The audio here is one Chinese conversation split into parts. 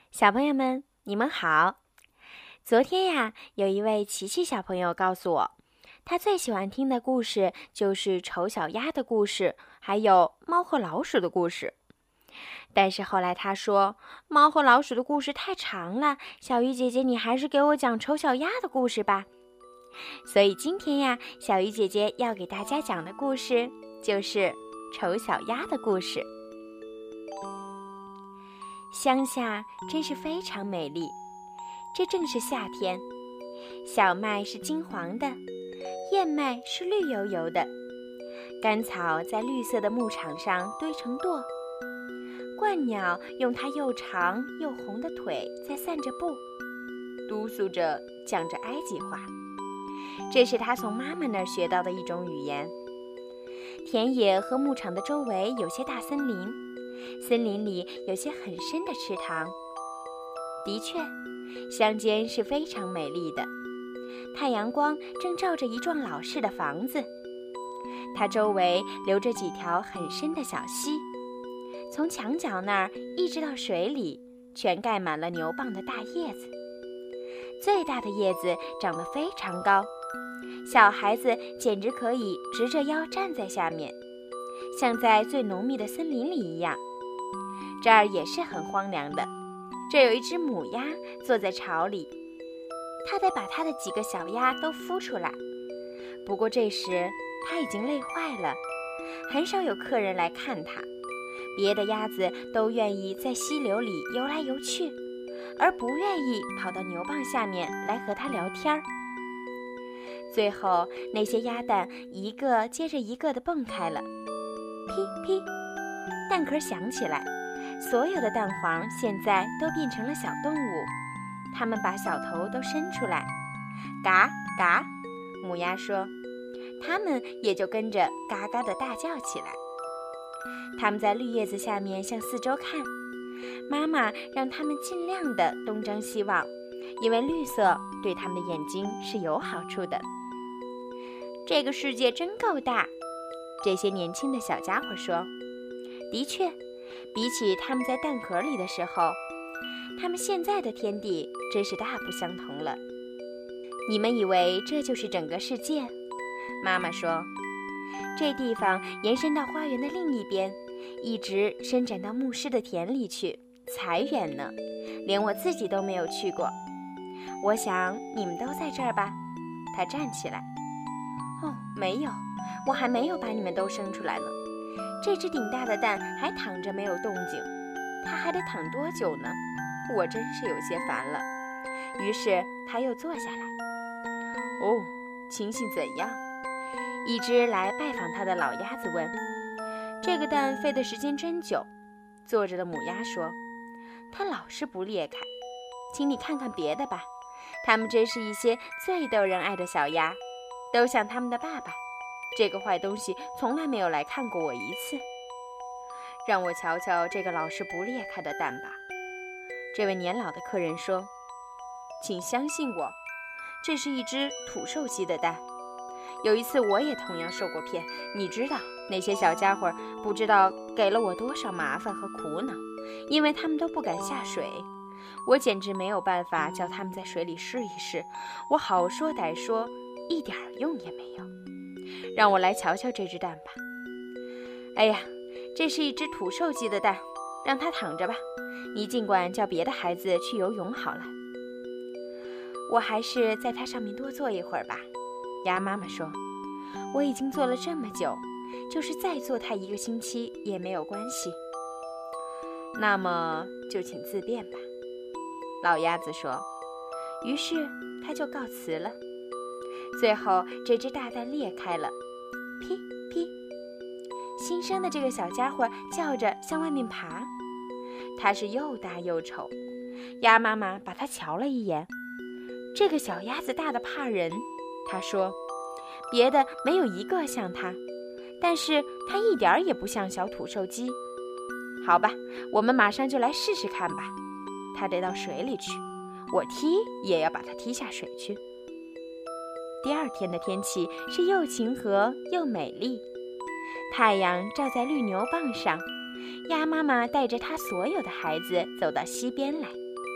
小朋友们，你们好！昨天呀，有一位琪琪小朋友告诉我，他最喜欢听的故事就是丑小鸭的故事，还有猫和老鼠的故事。但是后来他说，猫和老鼠的故事太长了，小鱼姐姐，你还是给我讲丑小鸭的故事吧。所以今天呀，小鱼姐姐要给大家讲的故事就是丑小鸭的故事。乡下真是非常美丽，这正是夏天，小麦是金黄的，燕麦是绿油油的，干草在绿色的牧场上堆成垛，鹳鸟用它又长又红的腿在散着步，嘟噜着讲着埃及话，这是它从妈妈那儿学到的一种语言。田野和牧场的周围有些大森林，森林里有些很深的池塘。的确，乡间是非常美丽的。太阳光正照着一幢老式的房子，它周围流着几条很深的小溪，从墙角那儿一直到水里，全盖满了牛蒡的大叶子。最大的叶子长得非常高，小孩子简直可以直着腰站在下面，像在最浓密的森林里一样。这儿也是很荒凉的，这有一只母鸭坐在巢里，它得把它的几个小鸭都孵出来。不过这时它已经累坏了，很少有客人来看它。别的鸭子都愿意在溪流里游来游去，而不愿意跑到牛蒡下面来和它聊天儿。最后那些鸭蛋一个接着一个地蹦开了，噼噼，蛋壳响起来，所有的蛋黄现在都变成了小动物，它们把小头都伸出来，嘎嘎，母鸭说，它们也就跟着嘎嘎地大叫起来。它们在绿叶子下面向四周看，妈妈让它们尽量地东张西望，因为绿色对它们的眼睛是有好处的。这个世界真够大，这些年轻的小家伙说。的确，比起他们在蛋壳里的时候，他们现在的天地真是大不相同了。你们以为这就是整个世界？妈妈说，这地方延伸到花园的另一边，一直伸展到牧师的田里去，才远呢，连我自己都没有去过。我想你们都在这儿吧？他站起来。哦，没有，我还没有把你们都生出来呢。这只顶大的蛋还躺着没有动静，它还得躺多久呢？我真是有些烦了。于是他又坐下来。哦，情形怎样？一只来拜访他的老鸭子问。这个蛋飞的时间真久。坐着的母鸭说，它老是不裂开。请你看看别的吧，它们真是一些最逗人爱的小鸭，都像他们的爸爸。这个坏东西从来没有来看过我一次。让我瞧瞧这个老是不裂开的蛋吧。这位年老的客人说，请相信我，这是一只土兽鸡的蛋。有一次我也同样受过骗，你知道那些小家伙不知道给了我多少麻烦和苦恼，因为他们都不敢下水。我简直没有办法叫他们在水里试一试，我好说歹说一点用也没有。让我来瞧瞧这只蛋吧。哎呀，这是一只土兽鸡的蛋，让它躺着吧，你尽管叫别的孩子去游泳好了。我还是在它上面多坐一会儿吧，鸭妈妈说，我已经坐了这么久，就是再坐它1个星期也没有关系。那么就请自便吧，老鸭子说。于是他就告辞了。最后这只大蛋裂开了，噼噼，新生的这个小家伙叫着向外面爬，它是又大又丑。鸭妈妈把它瞧了一眼，这个小鸭子大得怕人，她说，别的没有一个像它，但是它一点也不像小土兽鸡。好吧，我们马上就来试试看吧。它得到水里去，我踢也要把它踢下水去。第二天的天气是又晴和又美丽，太阳照在绿牛蒡上，鸭妈妈带着她所有的孩子走到溪边来。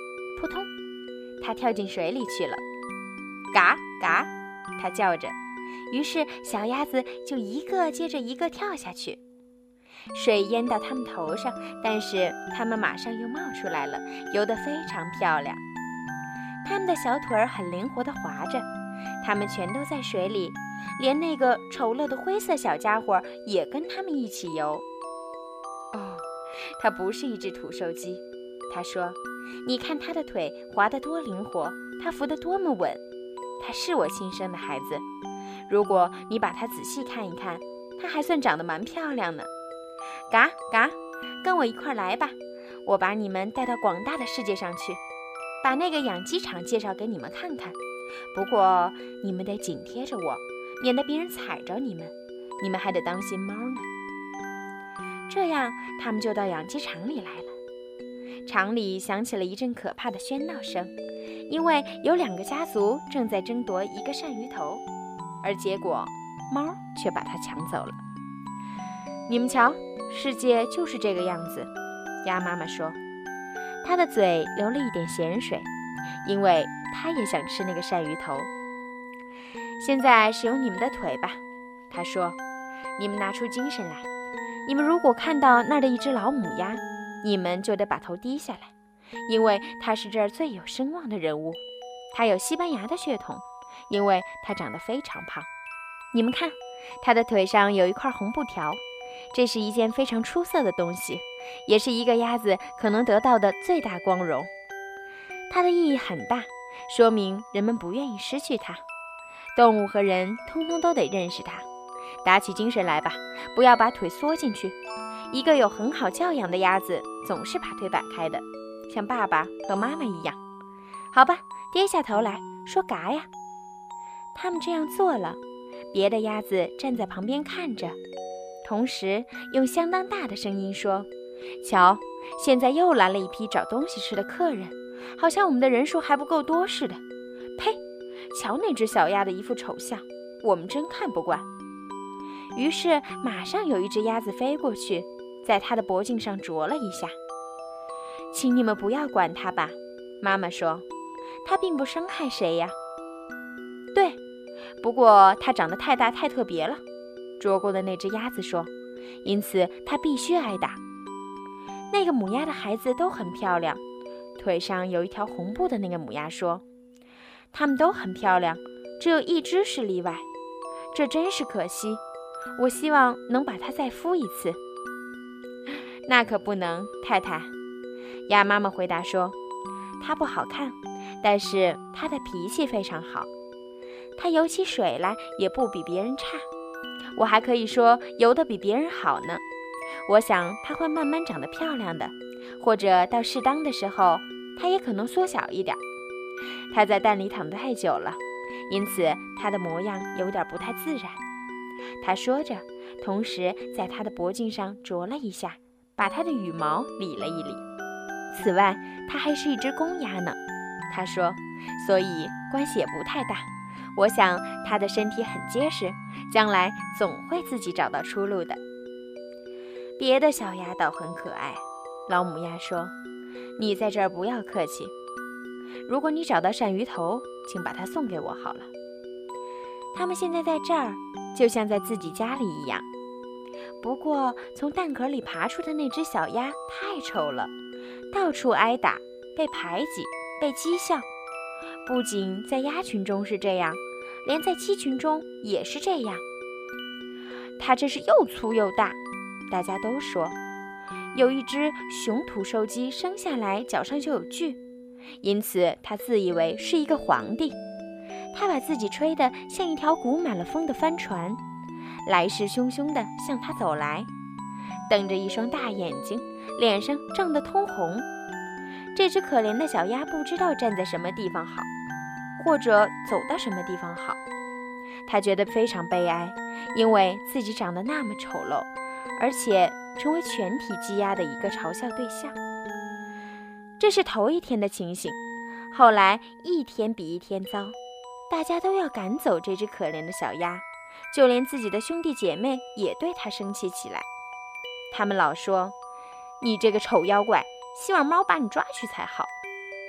扑通，它跳进水里去了。嘎嘎，它叫着，于是小鸭子就一个接着一个跳下去。水淹到它们头上，但是它们马上又冒出来了，游得非常漂亮。它们的小腿儿很灵活地划着，它们全都在水里，连那个丑陋的灰色小家伙也跟它们一起游。哦，它不是一只土兽鸡，他说，你看它的腿划得多灵活，它浮得多么稳。它是我亲生的孩子，如果你把它仔细看一看，它还算长得蛮漂亮呢。嘎嘎，跟我一块来吧，我把你们带到广大的世界上去，把那个养鸡场介绍给你们看看。不过你们得紧贴着我，免得别人踩着你们，你们还得当心猫呢。这样他们就到养鸡场里来了。场里响起了一阵可怕的喧闹声，因为有2个家族正在争夺一个鳝鱼头，而结果猫却把它抢走了。你们瞧，世界就是这个样子，鸭妈妈说，她的嘴流了一点咸水，因为她也想吃那个鳝鱼头。现在使用你们的腿吧，她说，你们拿出精神来，你们如果看到那儿的一只老母鸭，你们就得把头低下来，因为它是这儿最有声望的人物。它有西班牙的血统，因为它长得非常胖。你们看，它的腿上有一块红布条，这是一件非常出色的东西，也是一个鸭子可能得到的最大光荣。它的意义很大，说明人们不愿意失去它。动物和人通通都得认识它。打起精神来吧，不要把腿缩进去。一个有很好教养的鸭子总是把腿摆开的，像爸爸和妈妈一样。好吧，低下头来，说嘎呀。他们这样做了，别的鸭子站在旁边看着，同时用相当大的声音说，瞧，现在又来了一批找东西吃的客人，好像我们的人数还不够多似的。呸，瞧那只小鸭的一副丑相，我们真看不惯。于是马上有一只鸭子飞过去，在它的脖颈上啄了一下。请你们不要管它吧，妈妈说，它并不伤害谁呀。对，不过它长得太大太特别了，啄过的那只鸭子说，因此它必须挨打。那个母鸭的孩子都很漂亮，腿上有一条红布的那个母鸭说，它们都很漂亮，只有一只是例外，这真是可惜，我希望能把它再孵一次。那可不能，太太，鸭妈妈回答说，它不好看，但是它的脾气非常好，它游起水来也不比别人差，我还可以说游得比别人好呢。我想它会慢慢长得漂亮的，或者到适当的时候，它也可能缩小一点。它在蛋里躺得太久了，因此它的模样有点不太自然。他说着，同时在它的脖颈上啄了一下，把它的羽毛理了一理。此外，它还是一只公鸭呢，他说，所以关系也不太大。我想它的身体很结实，将来总会自己找到出路的。别的小鸭倒很可爱，老母鸭说，你在这儿不要客气，如果你找到鳝鱼头，请把它送给我好了。它们现在在这儿，就像在自己家里一样。不过从蛋壳里爬出的那只小鸭太丑了，到处挨打，被排挤，被讥笑。不仅在鸭群中是这样，连在鸡群中也是这样。它真是又粗又大，大家都说。有一只雄土兽鸡生下来脚上就有锯，因此它自以为是一个皇帝。它把自己吹得像一条鼓满了风的帆船，来势汹汹地向它走来，瞪着一双大眼睛，脸上涨得通红。这只可怜的小鸭不知道站在什么地方好，或者走到什么地方好。它觉得非常悲哀，因为自己长得那么丑陋，而且成为全体鸡鸭的一个嘲笑对象。这是头一天的情形，后来一天比一天糟，大家都要赶走这只可怜的小鸭，就连自己的兄弟姐妹也对它生气起来。他们老说，你这个丑妖怪，希望猫把你抓去才好。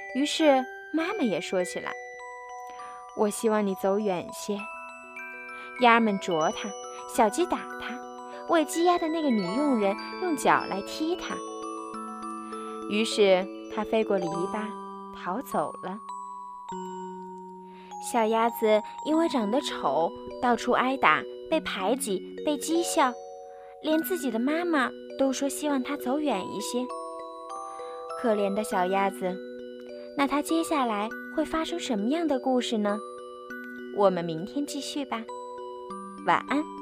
于是妈妈也说起来：“我希望你走远些。”鸭儿们啄它，小鸡打它，喂鸡鸭的那个女佣人用脚来踢它。于是它飞过篱笆，逃走了。小鸭子因为长得丑，到处挨打，被排挤，被讥笑，连自己的妈妈都说希望它走远一些。可怜的小鸭子，那它接下来会发生什么样的故事呢？我们明天继续吧。晚安。